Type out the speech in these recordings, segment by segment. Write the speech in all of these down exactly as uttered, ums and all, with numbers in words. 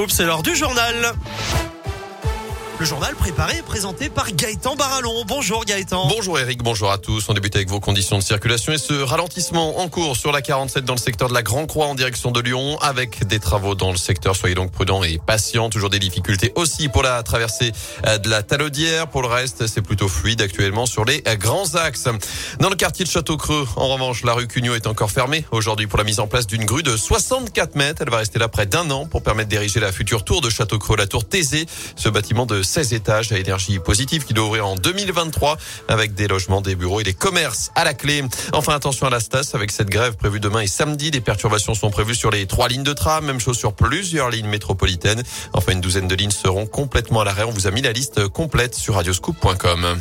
Scoop, c'est l'heure du journal. Le journal préparé et présenté par Gaëtan Barallon. Bonjour Gaëtan. Bonjour Eric, bonjour à tous. On débute avec vos conditions de circulation et ce ralentissement en cours sur la quarante-sept dans le secteur de la Grand Croix en direction de Lyon avec des travaux dans le secteur. Soyez donc prudents et patients. Toujours des difficultés aussi pour la traversée de la Talaudière. Pour le reste, c'est plutôt fluide actuellement sur les grands axes. Dans le quartier de Château-Creux, en revanche, la rue Cugnot est encore fermée aujourd'hui pour la mise en place d'une grue de soixante-quatre mètres. Elle va rester là près d'un an pour permettre d'ériger la future tour de Château-Creux, la tour Thésée. Ce bâtiment de seize étages à énergie positive qui doit ouvrir en deux mille vingt-trois avec des logements, des bureaux et des commerces à la clé. Enfin, attention à la Stas avec cette grève prévue demain et samedi. Des perturbations sont prévues sur les trois lignes de tram, même chose sur plusieurs lignes métropolitaines. Enfin, une douzaine de lignes seront complètement à l'arrêt. On vous a mis la liste complète sur radioscoop point com.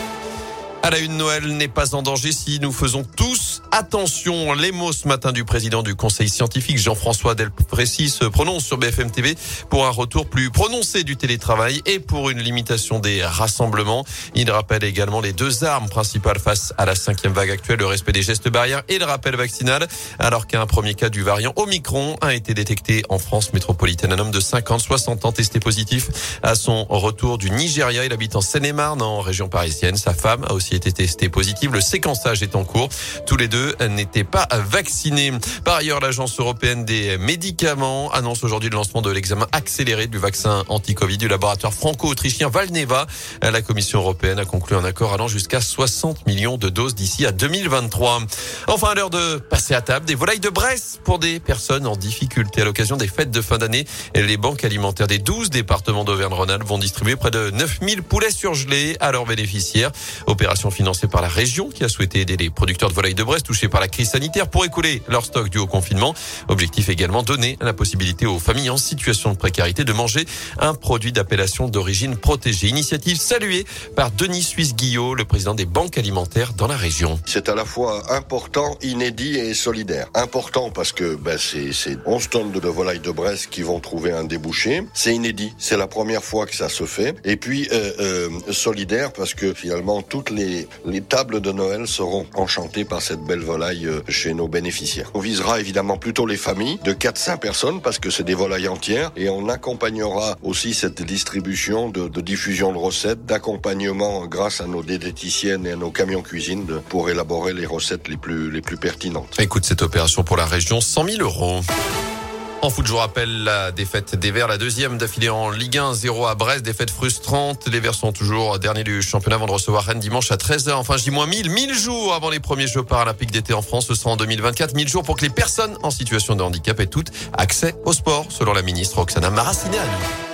À la une, Noël n'est pas en danger si nous faisons tous attention. Les mots ce matin du président du conseil scientifique Jean-François Delprécy se prononce sur B F M T V pour un retour plus prononcé du télétravail et pour une limitation des rassemblements. Il rappelle également les deux armes principales face à la cinquième vague actuelle, le respect des gestes barrières et le rappel vaccinal. Alors qu'un premier cas du variant Omicron a été détecté en France métropolitaine. Un homme de cinquante, soixante ans testé positif à son retour du Nigeria. Il habite en Seine-et-Marne, en région parisienne. Sa femme a aussi été testé positif. Le séquençage est en cours. Tous les deux n'étaient pas vaccinés. Par ailleurs, l'Agence européenne des médicaments annonce aujourd'hui le lancement de l'examen accéléré du vaccin anti-Covid du laboratoire franco-autrichien Valneva. La Commission européenne a conclu un accord allant jusqu'à soixante millions de doses d'ici à deux mille vingt-trois. Enfin, à l'heure de passer à table, des volailles de Bresse pour des personnes en difficulté. À l'occasion des fêtes de fin d'année, les banques alimentaires des douze départements d'Auvergne-Rhône-Alpes vont distribuer près de neuf mille poulets surgelés à leurs bénéficiaires. Opération financée par la région qui a souhaité aider les producteurs de volailles de Bresse touchés par la crise sanitaire pour écouler leur stock dû au confinement. Objectif également, donner la possibilité aux familles en situation de précarité de manger un produit d'appellation d'origine protégée. Initiative saluée par Denis Suisse-Guillot, le président des banques alimentaires dans la région. C'est à la fois important, inédit et solidaire. Important parce que ben, c'est, c'est onze tonnes de volailles de Bresse qui vont trouver un débouché. C'est inédit, c'est la première fois que ça se fait. Et puis euh, euh, solidaire parce que finalement toutes les Les tables de Noël seront enchantées par cette belle volaille chez nos bénéficiaires. On visera évidemment plutôt les familles de quatre à cinq personnes parce que c'est des volailles entières et on accompagnera aussi cette distribution de, de diffusion de recettes, d'accompagnement grâce à nos diététiciennes et à nos camions cuisine de, pour élaborer les recettes les plus, les plus pertinentes. Écoute, cette opération pour la région, cent mille euros. En foot, je vous rappelle la défaite des Verts, la deuxième d'affilée en Ligue un, zéro à Brest, défaite frustrante. Les Verts sont toujours derniers du championnat avant de recevoir Rennes dimanche à treize heures. Enfin, je dis moins mille, mille jours avant les premiers Jeux paralympiques d'été en France. Ce sera en deux mille vingt-quatre. mille jours pour que les personnes en situation de handicap aient toutes accès au sport, selon la ministre Roxana Maracineanu.